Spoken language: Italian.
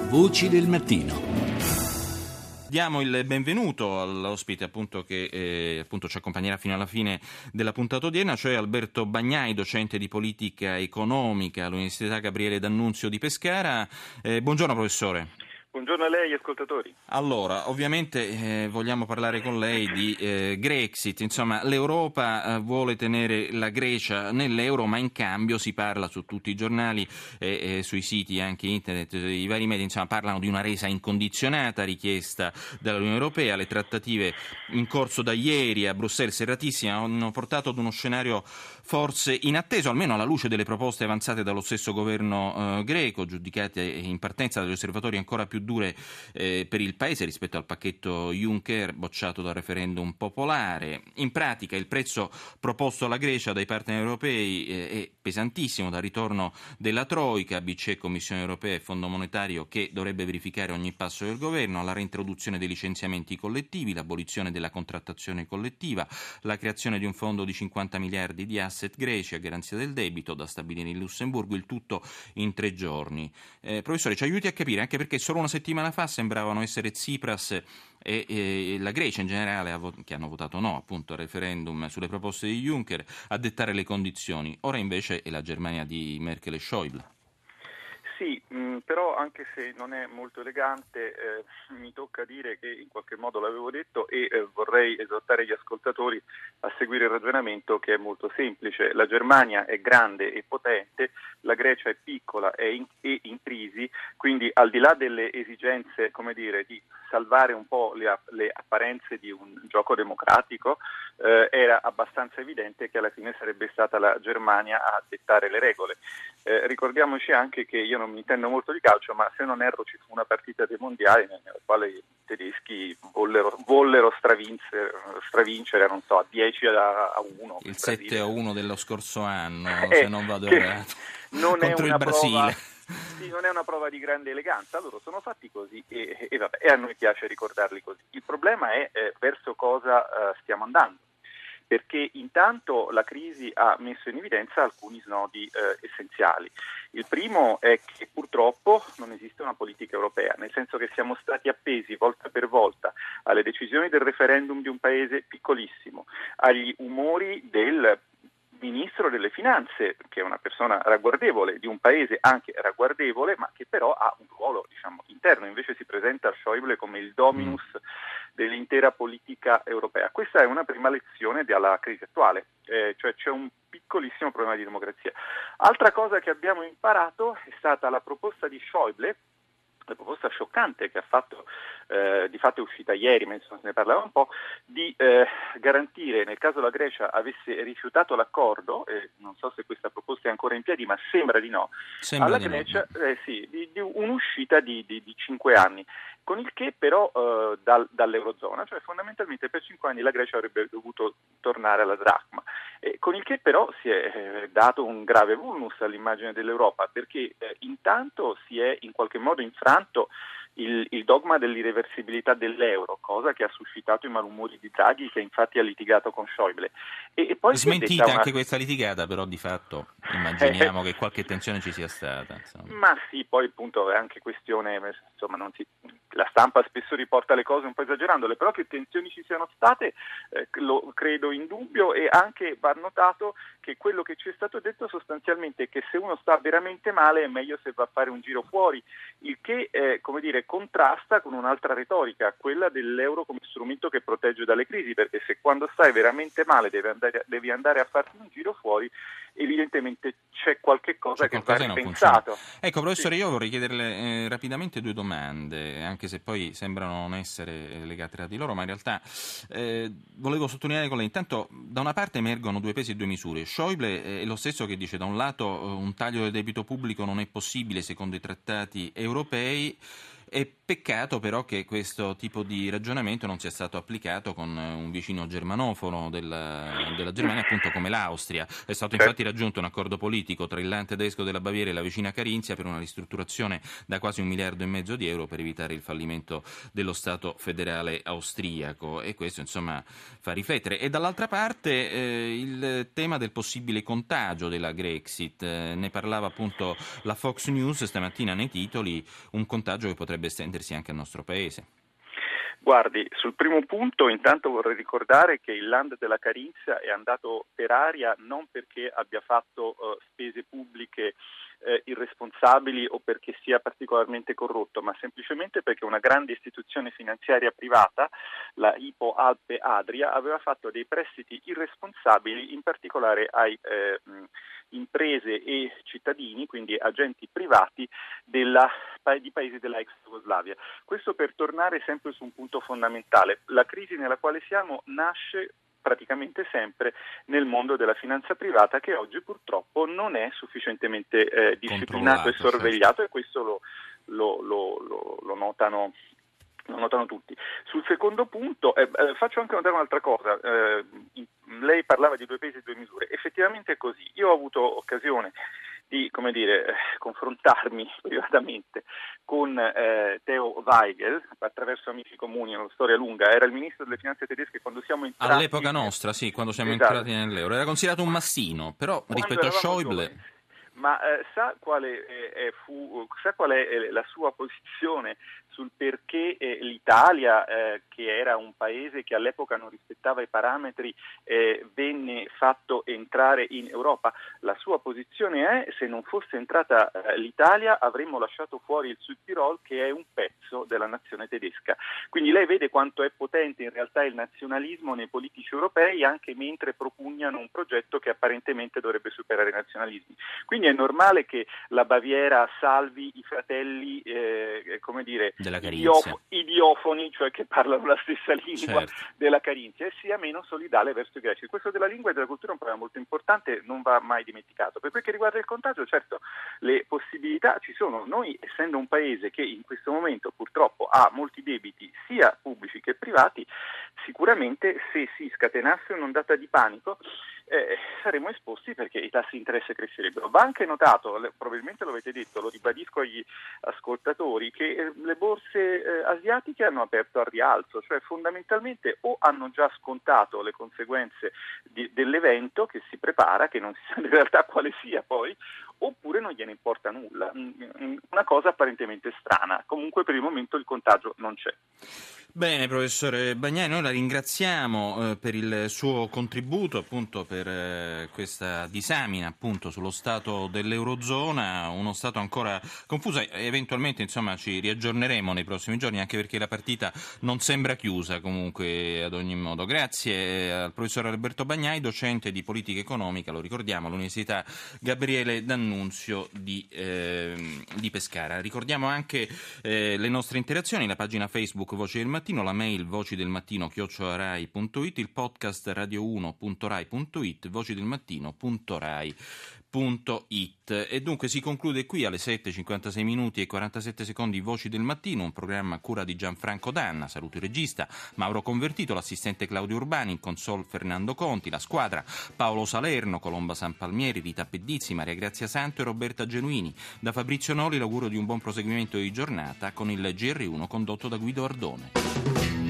Voci del mattino. Diamo il benvenuto all'ospite appunto che ci accompagnerà fino alla fine della puntata odierna, cioè Alberto Bagnai, docente di politica economica all'Università Gabriele D'Annunzio di Pescara. Buongiorno professore. Buongiorno a lei, ascoltatori. Allora, ovviamente vogliamo parlare con lei di Grexit. Insomma, l'Europa vuole tenere la Grecia nell'euro, ma in cambio si parla su tutti i giornali e sui siti anche internet, i vari media, insomma, parlano di una resa incondizionata richiesta dall'Unione Europea. Le trattative in corso da ieri a Bruxelles, serratissime, hanno portato ad uno scenario forse inatteso, almeno alla luce delle proposte avanzate dallo stesso governo greco, giudicate in partenza dagli osservatori ancora più dure per il paese rispetto al pacchetto Juncker bocciato dal referendum popolare. In pratica il prezzo proposto alla Grecia dai partner europei è pesantissimo, dal ritorno della Troika, BCE, Commissione Europea e Fondo Monetario, che dovrebbe verificare ogni passo del governo, alla reintroduzione dei licenziamenti collettivi, l'abolizione della contrattazione collettiva, la creazione di un fondo di 50 miliardi di asset greci a garanzia del debito da stabilire in Lussemburgo, il tutto in 3 giorni. Professore, ci aiuti a capire, anche perché solo una settimana fa sembravano essere Tsipras e la Grecia in generale che hanno votato no appunto al referendum sulle proposte di Juncker a dettare le condizioni. Ora invece è la Germania di Merkel e Schäuble. Sì, però anche se non è molto elegante, mi tocca dire che in qualche modo l'avevo detto e vorrei esortare gli ascoltatori a seguire il ragionamento, che è molto semplice. La Germania è grande e potente, la Grecia è piccola e in crisi, quindi al di là delle esigenze, come dire, di salvare un po' le apparenze di un gioco democratico, era abbastanza evidente che alla fine sarebbe stata la Germania a dettare le regole. Ricordiamoci anche che io non mi intendo molto di calcio, ma se non erro ci fu una partita dei mondiali nella quale i tedeschi vollero stravincere, non so, a 10-1. Il 7-1 dello scorso anno, se non vado errato, contro il Brasile. Sì, non è una prova di grande eleganza, loro sono fatti così e a noi piace ricordarli così. Il problema è verso cosa stiamo andando. Perché intanto la crisi ha messo in evidenza alcuni snodi essenziali. Il primo è che purtroppo non esiste una politica europea, nel senso che siamo stati appesi volta per volta alle decisioni del referendum di un paese piccolissimo, agli umori del ministro delle finanze, che è una persona ragguardevole, di un paese anche ragguardevole, ma che però ha un ruolo, interno. Invece si presenta Schäuble come il dominus dell'intera politica europea. Questa è una prima lezione della crisi attuale, cioè c'è un piccolissimo problema di democrazia. Altra cosa che abbiamo imparato è stata la proposta di Schäuble, la proposta scioccante che ha fatto, di fatto è uscita ieri, ma insomma se ne parlava un po', di garantire, nel caso la Grecia avesse rifiutato l'accordo, non so se questa proposta è ancora in piedi, ma sembra di no, alla Grecia di un'uscita di 5 anni, con il che però dall'Eurozona, cioè fondamentalmente per 5 anni la Grecia avrebbe dovuto tornare alla dracma, con il che però si è dato un grave vulnus all'immagine dell'Europa, perché intanto si è in qualche modo infranto il dogma dell'irreversibilità dell'euro, cosa che ha suscitato i malumori di Draghi, che infatti ha litigato con Schäuble. E poi smentita anche questa litigata, però di fatto immaginiamo che qualche tensione ci sia stata. Insomma. Ma sì, poi appunto è anche questione, insomma, la stampa spesso riporta le cose un po' esagerandole, però che tensioni ci siano state lo credo in dubbio, e anche va notato che quello che ci è stato detto sostanzialmente è che se uno sta veramente male è meglio se va a fare un giro fuori, il che contrasta con un'altra retorica, quella dell'euro come strumento che protegge dalle crisi, perché se quando stai veramente male devi andare a farti un giro fuori, evidentemente c'è qualche cosa che va ripensato. Ecco professore, io vorrei chiederle rapidamente 2 domande, anche se poi sembrano non essere legate tra di loro, ma in realtà volevo sottolineare con lei, intanto da una parte emergono 2 pesi e 2 misure. Schäuble è lo stesso che dice da un lato un taglio del debito pubblico non è possibile secondo i trattati europei, È peccato però che questo tipo di ragionamento non sia stato applicato con un vicino germanofono della Germania, appunto come l'Austria. È stato infatti raggiunto un accordo politico tra il Land tedesco della Baviera e la vicina Carinzia per una ristrutturazione da quasi 1,5 miliardi di euro per evitare il fallimento dello Stato federale austriaco, e questo insomma fa riflettere. E dall'altra parte il tema del possibile contagio della Grexit, ne parlava appunto la Fox News stamattina nei titoli, un contagio che potrebbe estendersi anche al nostro paese. Guardi, sul primo punto intanto vorrei ricordare che il Land della Carinzia è andato per aria non perché abbia fatto spese pubbliche irresponsabili o perché sia particolarmente corrotto, ma semplicemente perché una grande istituzione finanziaria privata, la Hypo Alpe Adria, aveva fatto dei prestiti irresponsabili, in particolare ai imprese e cittadini, quindi agenti privati di paesi della ex Jugoslavia. Questo per tornare sempre su un punto fondamentale. La crisi nella quale siamo nasce praticamente sempre nel mondo della finanza privata, che oggi purtroppo non è sufficientemente disciplinato e sorvegliato, certo. E questo lo notano tutti. Sul secondo punto faccio anche notare un'altra cosa. Lei parlava di 2 pesi e 2 misure. Effettivamente è così. Io ho avuto occasione di confrontarmi privatamente con Theo Weigel attraverso amici comuni, è una storia lunga. Era il ministro delle finanze tedesche quando siamo entrati. All'epoca nostra, sì, quando siamo entrati nell'euro. Era considerato un massino, però rispetto a Schäuble. Ma sa qual è la sua posizione sul perché l'Italia, che era un paese che all'epoca non rispettava i parametri, venne fatto entrare in Europa? La sua posizione è: se non fosse entrata l'Italia avremmo lasciato fuori il Südtirol, che è un pezzo della nazione tedesca. Quindi lei vede quanto è potente in realtà il nazionalismo nei politici europei, anche mentre propugnano un progetto che apparentemente dovrebbe superare i nazionalismi. Quindi è normale che la Baviera salvi i fratelli, idiofoni, cioè che parlano la stessa lingua, certo, della Carinzia, e sia meno solidale verso i greci. Questo della lingua e della cultura è un problema molto importante, non va mai dimenticato. Per quel che riguarda il contagio, certo, le possibilità ci sono. Noi, essendo un paese che in questo momento purtroppo ha molti debiti, sia pubblici che privati, sicuramente se si scatenasse un'ondata di panico saremo esposti, perché i tassi di interesse crescerebbero. Va anche notato, probabilmente lo avete detto, lo ribadisco agli ascoltatori, che le borse asiatiche hanno aperto al rialzo, cioè fondamentalmente o hanno già scontato le conseguenze dell'evento che si prepara, che non si sa in realtà quale sia poi, oppure non gliene importa nulla. Una cosa apparentemente strana. Comunque per il momento il contagio non c'è. Bene, professore Bagnai, noi la ringraziamo per il suo contributo, appunto, per questa disamina, appunto, sullo stato dell'Eurozona, uno stato ancora confuso. Eventualmente, insomma, ci riaggiorneremo nei prossimi giorni, anche perché la partita non sembra chiusa comunque ad ogni modo. Grazie al professor Alberto Bagnai, docente di politica economica, lo ricordiamo, all'Università Gabriele D'Annunzio di Pescara. Ricordiamo anche le nostre interazioni, la pagina Facebook Voci del Mattino, la mail vocidelmattino@rai.it, il podcast radio1.rai.it, vocidelmattino.rai.it. E dunque si conclude qui alle 7:56 minuti e 47 secondi Voci del Mattino, un programma a cura di Gianfranco Danna. Saluto il regista Mauro Convertito, l'assistente Claudio Urbani, in console Fernando Conti, la squadra Paolo Salerno, Colomba San Palmieri, Rita Pedizzi, Maria Grazia Santo e Roberta Genuini. Da Fabrizio Noli l'augurio di un buon proseguimento di giornata con il GR1 condotto da Guido Ardone.